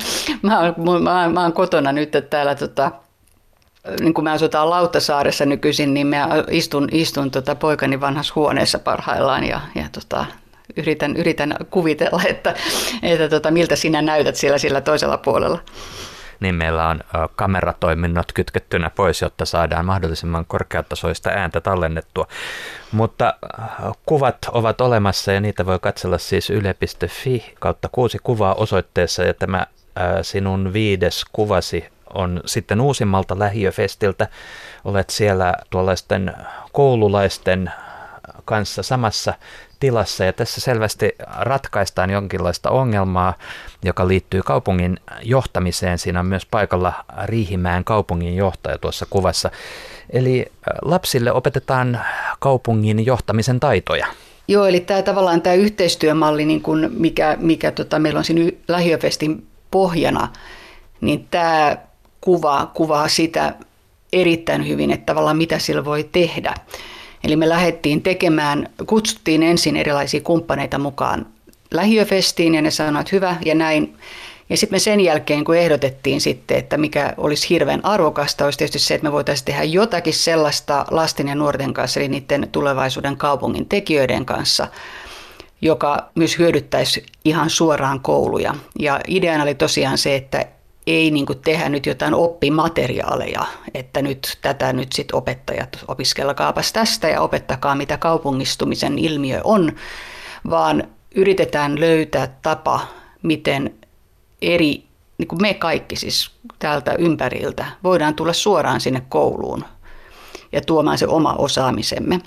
mä oon kotona nyt täällä niin kun me asutaan Lauttasaaressa nykyisin, niin mä istun poikani vanhassa huoneessa parhaillaan ja yritän kuvitella, että miltä sinä näytät sillä toisella puolella. Niin meillä on kameratoiminnot kytkettynä pois, jotta saadaan mahdollisimman korkeatasoista ääntä tallennettua. Mutta kuvat ovat olemassa ja niitä voi katsella siis yle.fi/6 kuvaa osoitteessa. Ja tämä sinun 5. kuvasi on sitten uusimmalta Lähiöfestiltä. Olet siellä tuollaisten koululaisten kanssa samassa tilassa ja tässä selvästi ratkaistaan jonkinlaista ongelmaa, joka liittyy kaupungin johtamiseen. Siinä on myös paikalla Riihimäen kaupungin johtaja tuossa kuvassa. Eli lapsille opetetaan kaupungin johtamisen taitoja. Joo, eli tavallaan tämä yhteistyömalli, niin kuin mikä meillä on siinä Lähiöfestin pohjana, niin tämä kuvaa sitä erittäin hyvin, että tavallaan mitä sillä voi tehdä. Eli me kutsuttiin ensin erilaisia kumppaneita mukaan Lähiöfestiin ja ne sanoivat, että hyvä ja näin. Ja sitten me sen jälkeen, kun ehdotettiin sitten, että mikä olisi hirveän arvokasta, olisi tietysti se, että me voitaisiin tehdä jotakin sellaista lasten ja nuorten kanssa, eli niiden tulevaisuuden kaupungin tekijöiden kanssa, joka myös hyödyttäisi ihan suoraan kouluja. Ja ideana oli tosiaan se, että ei niin kuin tehdä nyt jotain oppimateriaaleja, että nyt sit opettajat opiskelkaapas tästä ja opettakaa mitä kaupungistumisen ilmiö on, vaan yritetään löytää tapa, miten niin kuin me kaikki siis täältä ympäriltä voidaan tulla suoraan sinne kouluun ja tuomaan se oma osaamisemme.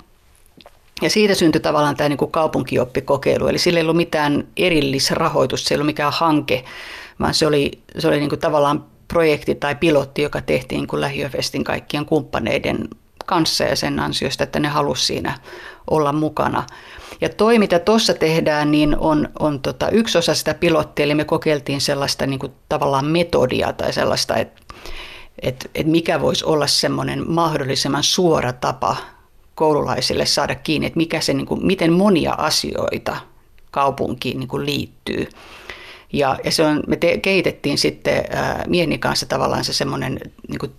Ja siitä syntyi tavallaan tämä niin kuin kaupunkioppikokeilu, eli sillä ei ollut mitään erillisrahoitusta, se ei ollut mikään hanke, vaan se oli niin kuin tavallaan projekti tai pilotti, joka tehtiin niin kuin Lähiöfestin kaikkien kumppaneiden kanssa ja sen ansiosta, että ne halusi siinä olla mukana. Ja toi, mitä tuossa tehdään, niin on yksi osa sitä pilottia, eli me kokeiltiin sellaista niin kuin tavallaan metodia tai sellaista, että mikä voisi olla semmoinen mahdollisimman suora tapa koululaisille saada kiinni, että miten monia asioita kaupunkiin niin kuin liittyy. Ja me kehitettiin sitten mieheni kanssa tavallaan se semmoinen niin kuin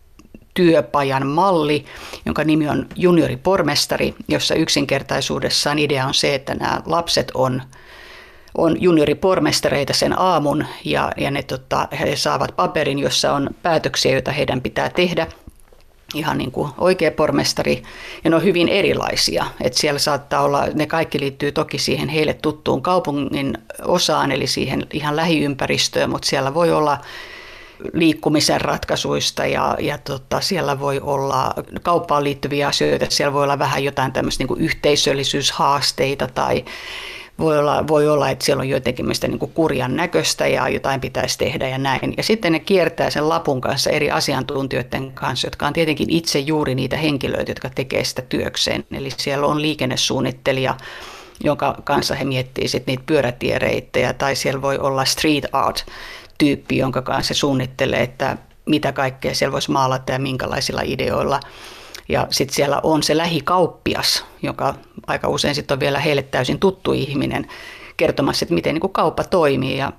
työpajan malli, jonka nimi on junioripormestari, jossa yksinkertaisuudessaan idea on se, että nämä lapset on on junioripormestareita sen aamun ja he saavat paperin, jossa on päätöksiä, joita heidän pitää tehdä. Ihan niin kuin oikea pormestari, ja ne on hyvin erilaisia. Että siellä saattaa olla, ne kaikki liittyy toki siihen heille tuttuun kaupungin osaan, eli siihen ihan lähiympäristöön, mutta siellä voi olla liikkumisen ratkaisuista ja siellä voi olla kauppaan liittyviä asioita, siellä voi olla vähän jotain tämmöistä niin kuin yhteisöllisyyshaasteita tai voi olla, että siellä on jotenkin niin kuin kurjan näköistä ja jotain pitäisi tehdä ja näin. Ja sitten ne kiertää sen lapun kanssa eri asiantuntijoiden kanssa, jotka on tietenkin itse juuri niitä henkilöitä, jotka tekee sitä työkseen. Eli siellä on liikennesuunnittelija, jonka kanssa he miettii sitten niitä pyörätiereittejä, tai siellä voi olla street art-tyyppi, jonka kanssa se suunnittelee, että mitä kaikkea siellä voisi maalata ja minkälaisilla ideoilla. Ja sitten siellä on se lähikauppias, joka aika usein sitten on vielä heille täysin tuttu ihminen, kertomassa, että miten niin kuin kauppa toimii ja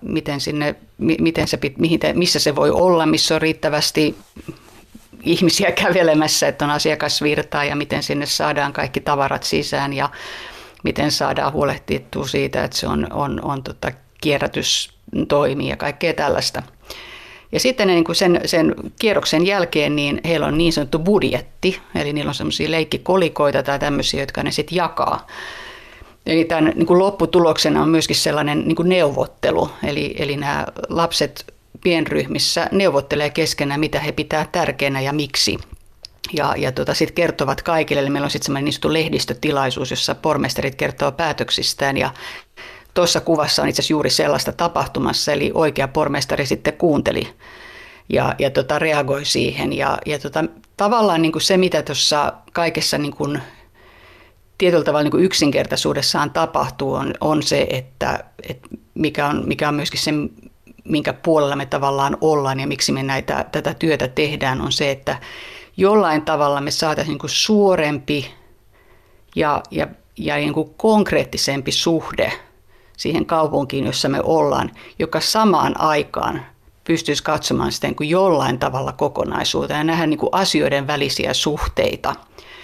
missä se voi olla, missä on riittävästi ihmisiä kävelemässä, että on asiakasvirtaa ja miten sinne saadaan kaikki tavarat sisään ja miten saadaan huolehdittua siitä, että se on kierrätys toimii ja kaikkea tällaista. Ja sitten niin kuin sen kierroksen jälkeen niin heillä on niin sanottu budjetti, eli niillä on semmoisia leikkikolikoita tai tämmöisiä, jotka ne sitten jakaa. Eli tämän niin kuin lopputuloksena on myöskin sellainen niin kuin neuvottelu, eli nämä lapset pienryhmissä neuvottelee keskenään, mitä he pitää tärkeänä ja miksi. Ja sitten kertovat kaikille, eli meillä on sitten semmoinen niin sanottu lehdistötilaisuus, jossa pormestarit kertoo päätöksistään ja tuossa kuvassa on itse asiassa juuri sellaista tapahtumassa, eli oikea pormestari sitten kuunteli ja reagoi siihen. Tavallaan niin kuin se, mitä tuossa kaikessa niin kuin tietyllä tavalla niin kuin yksinkertaisuudessaan tapahtuu, on se, että mikä on myöskin se, minkä puolella me tavallaan ollaan ja miksi me tätä työtä tehdään, on se, että jollain tavalla me saataisiin niin kuin suorempi ja niin kuin konkreettisempi suhde siihen kaupunkiin, jossa me ollaan, joka samaan aikaan pystyisi katsomaan sitä niin kuin jollain tavalla kokonaisuutta ja nähdä niin kuin asioiden välisiä suhteita.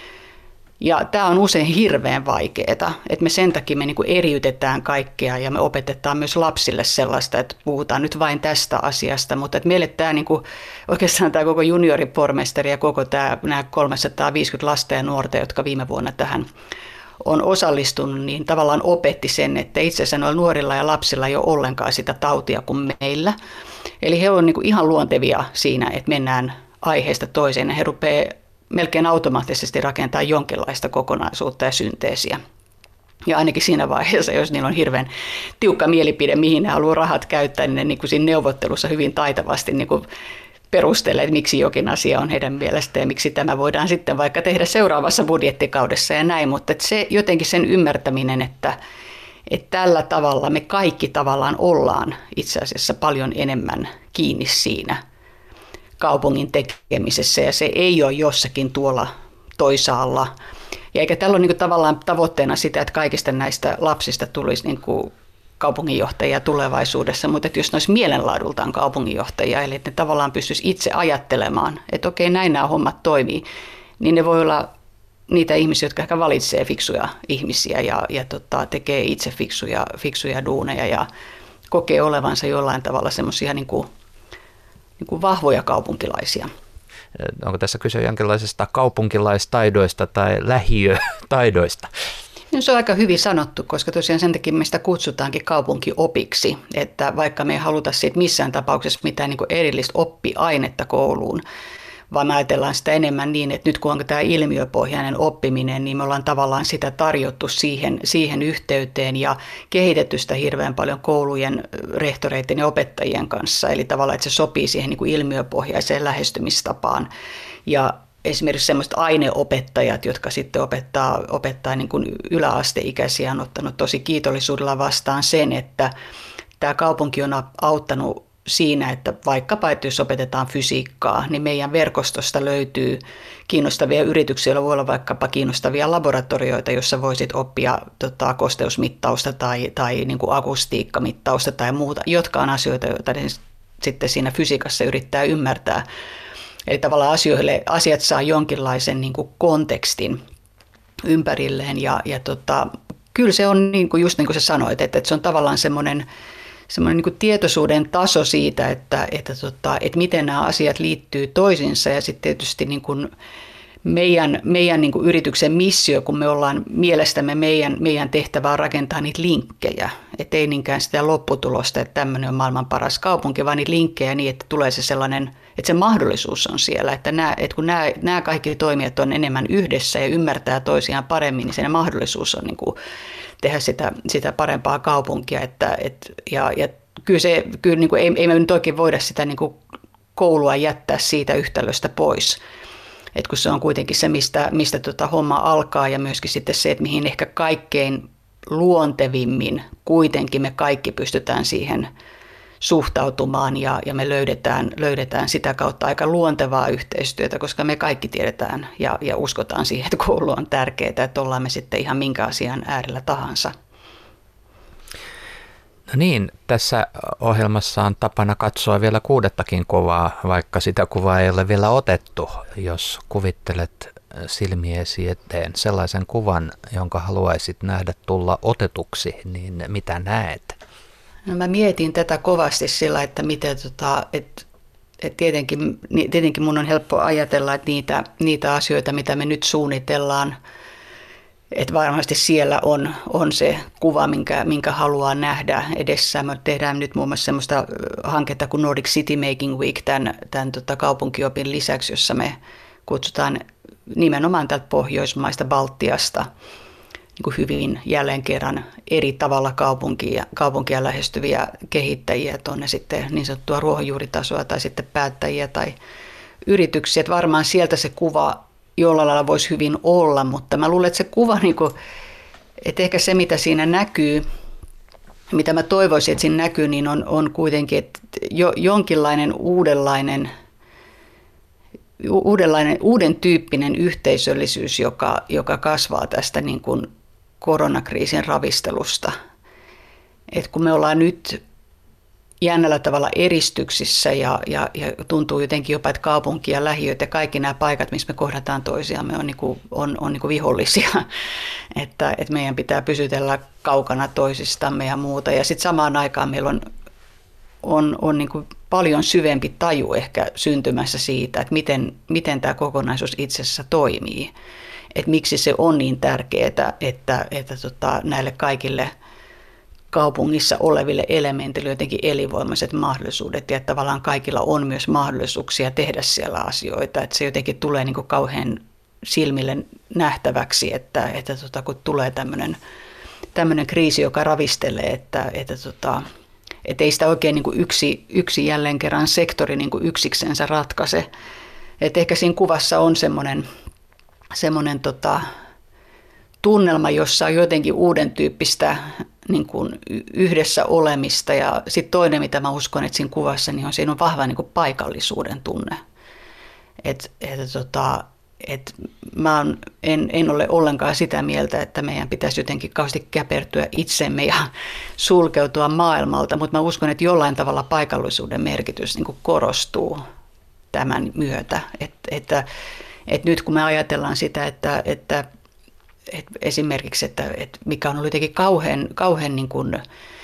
Ja tämä on usein hirveän vaikeaa, että me sen takia me niin kuin eriytetään kaikkea ja me opetetaan myös lapsille sellaista, että puhutaan nyt vain tästä asiasta, mutta että meille tämä niin kuin, oikeastaan tämä koko junioripormestari ja koko nämä 350 lasta ja nuorta, jotka viime vuonna tähän on osallistunut, niin tavallaan opetti sen, että itse asiassa noilla nuorilla ja lapsilla ei ole ollenkaan sitä tautia kuin meillä. Eli he ovat niin kuin ihan luontevia siinä, että mennään aiheesta toiseen ja he rupeaa melkein automaattisesti rakentamaan jonkinlaista kokonaisuutta ja synteesiä. Ja ainakin siinä vaiheessa, jos niillä on hirveän tiukka mielipide, mihin ne haluaa rahat käyttää, niin ne niin kuin siinä neuvottelussa hyvin taitavasti niin kuin perustelee, että miksi jokin asia on heidän mielestään ja miksi tämä voidaan sitten vaikka tehdä seuraavassa budjettikaudessa ja näin. Mutta se jotenkin sen ymmärtäminen, että tällä tavalla me kaikki tavallaan ollaan itse asiassa paljon enemmän kiinni siinä kaupungin tekemisessä ja se ei ole jossakin tuolla toisaalla. Ja eikä tällä ole niin kuin tavallaan tavoitteena sitä, että kaikista näistä lapsista tulisi niin kuin kaupunginjohtajia tulevaisuudessa, mutta että jos ne olisi mielenlaadultaan kaupunginjohtajia, eli että ne tavallaan pystyisi itse ajattelemaan, että okei, näin nämä hommat toimii, niin ne voi olla niitä ihmisiä, jotka ehkä valitsee fiksuja ihmisiä ja tekee itse fiksuja duuneja ja kokee olevansa jollain tavalla semmoisia niin kuin vahvoja kaupunkilaisia. Onko tässä kyse jonkinlaisesta kaupunkilaistaidoista tai lähiötaidoista? No, se on aika hyvin sanottu, koska tosiaan sen takia me sitä kutsutaankin kaupunkiopiksi, että vaikka me ei haluta siitä missään tapauksessa mitään niin kuin erillistä oppiainetta kouluun, vaan me ajatellaan sitä enemmän niin, että nyt kun on tämä ilmiöpohjainen oppiminen, niin me ollaan tavallaan sitä tarjottu siihen yhteyteen ja kehitetty sitä hirveän paljon koulujen, rehtoreiden ja opettajien kanssa. Eli tavallaan, että se sopii siihen niin kuin ilmiöpohjaiseen lähestymistapaan. Ja esimerkiksi sellaiset aineopettajat, jotka sitten opettaa niin kuin yläasteikäisiä, on ottanut tosi kiitollisuudella vastaan sen, että tämä kaupunki on auttanut siinä, että vaikkapa, että jos opetetaan fysiikkaa, niin meidän verkostosta löytyy kiinnostavia yrityksiä, joilla voi olla vaikkapa kiinnostavia laboratorioita, joissa voisit oppia kosteusmittausta tai niin kuin akustiikkamittausta tai muuta, jotka on asioita, joita ne sitten siinä fysiikassa yrittää ymmärtää. Eli tavallaan asiat saa jonkinlaisen niin kuin kontekstin ympärilleen ja kyllä se on niin kuin, just niin kuin sä sanoit, että se on tavallaan semmoinen niin kuin tietoisuuden taso siitä, että miten nämä asiat liittyy toisiinsa ja sitten tietysti niin kuin meidän niin kuin yrityksen missio, kun me ollaan mielestämme meidän tehtävä on rakentaa niitä linkkejä, että ei niinkään sitä lopputulosta, että tämmöinen on maailman paras kaupunki, vaan niitä linkkejä niin, että tulee se sellainen, että se mahdollisuus on siellä, että kun nämä kaikki toimijat on enemmän yhdessä ja ymmärtää toisiaan paremmin, niin se mahdollisuus on niin kuin tehdä sitä parempaa kaupunkia, ja kyllä niin kuin ei me nyt oikein voida sitä niin kuin koulua jättää siitä yhtälöstä pois. Et kun se on kuitenkin se, mistä homma alkaa ja myöskin sitten se, että mihin ehkä kaikkein luontevimmin kuitenkin me kaikki pystytään siihen suhtautumaan ja me löydetään sitä kautta aika luontevaa yhteistyötä, koska me kaikki tiedetään ja uskotaan siihen, että koulu on tärkeää, että ollaan me sitten ihan minkä asian äärellä tahansa. No niin, tässä ohjelmassa on tapana katsoa vielä kuudettakin kuvaa, vaikka sitä kuvaa ei ole vielä otettu. Jos kuvittelet silmiesi eteen sellaisen kuvan, jonka haluaisit nähdä tulla otetuksi, niin mitä näet? No mä mietin tätä kovasti sillä, että miten tietenkin mun on helppo ajatella, että niitä asioita, mitä me nyt suunnitellaan, että varmasti siellä on se kuva, minkä haluaa nähdä edessä. Me tehdään nyt muun muassa sellaista hanketta kuin Nordic City Making Week tämän kaupunkiopin lisäksi, jossa me kutsutaan nimenomaan tältä Pohjoismaista, Baltiasta niin kuin hyvin jälleen kerran eri tavalla kaupunkia lähestyviä kehittäjiä, että on ne sitten niin sanottua ruohonjuuritasoa tai sitten päättäjiä tai yrityksiä. Että varmaan sieltä se kuva jollain lailla voisi hyvin olla, mutta mä luulen, että se kuva, että ehkä se mitä siinä näkyy, mitä mä toivoisin, että siinä näkyy, niin on kuitenkin että jonkinlainen uuden tyyppinen yhteisöllisyys, joka kasvaa tästä niin kuin koronakriisin ravistelusta. Et kun me ollaan nyt jännällä tavalla eristyksissä ja tuntuu jotenkin jopa, että kaupunki ja lähiöt ja kaikki nämä paikat, missä me kohdataan toisiamme, on niin kuin vihollisia. Että meidän pitää pysytellä kaukana toisistamme ja muuta. Ja sitten samaan aikaan meillä on niin kuin paljon syvempi taju ehkä syntymässä siitä, että miten tämä kokonaisuus itse asiassa toimii. Että miksi se on niin tärkeää, että näille kaikille kaupungissa oleville elementeille jotenkin elinvoimaiset mahdollisuudet ja että tavallaan kaikilla on myös mahdollisuuksia tehdä siellä asioita. Että se jotenkin tulee niin kuin kauhean silmille nähtäväksi, että kun tulee tämmöinen kriisi, joka ravistelee, että ei sitä oikein niin kuin yksi jälleen kerran sektori niin kuin yksiksensä ratkaise. Että ehkä siinä kuvassa on semmoinen tunnelma, jossa on jotenkin uuden tyyppistä niin kuin yhdessä olemista. Ja sitten toinen, mitä mä uskon, että siinä kuvassa, niin siinä on vahva niin kuin paikallisuuden tunne. En ole ollenkaan sitä mieltä, että meidän pitäisi jotenkin kauheasti käpertyä itsemme ja sulkeutua maailmalta, mutta mä uskon, että jollain tavalla paikallisuuden merkitys niin kuin korostuu tämän myötä. Että nyt kun me ajatellaan sitä, että esimerkiksi, että mikä on ollut jotenkin kauhean niin kuin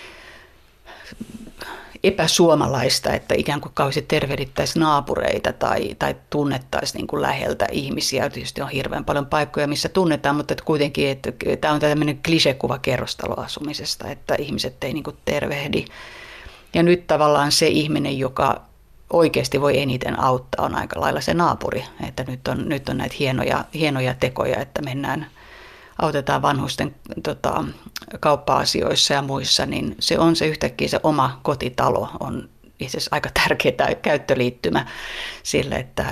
epäsuomalaista, että ikään kuin kauheasti tervehdittäisiin naapureita tai tunnettaisiin niin kuin läheltä ihmisiä. Tietysti on hirveän paljon paikkoja, missä tunnetaan, mutta että kuitenkin että tämä on tämmöinen klisekuva kerrostaloasumisesta, että ihmiset ei niin kuin tervehdi. Ja nyt tavallaan se ihminen, joka oikeasti voi eniten auttaa, on aika lailla se naapuri. Että nyt on näitä hienoja tekoja, että autetaan vanhusten kauppa-asioissa ja muissa, niin se on se yhtäkkiä se oma kotitalo on itse asiassa aika tärkeä käyttöliittymä sille, että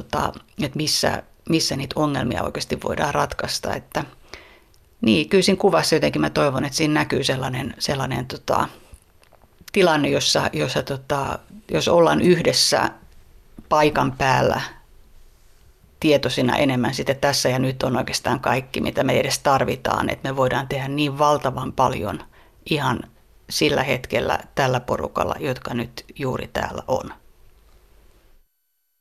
missä niitä ongelmia oikeasti voidaan ratkaista. Että, niin, kyllä siinä kuvassa jotenkin mä toivon, että siinä näkyy sellainen tilanne, jos ollaan yhdessä paikan päällä tietoisina enemmän sitten tässä ja nyt on oikeastaan kaikki, mitä me edes tarvitaan, että me voidaan tehdä niin valtavan paljon ihan sillä hetkellä tällä porukalla, jotka nyt juuri täällä on.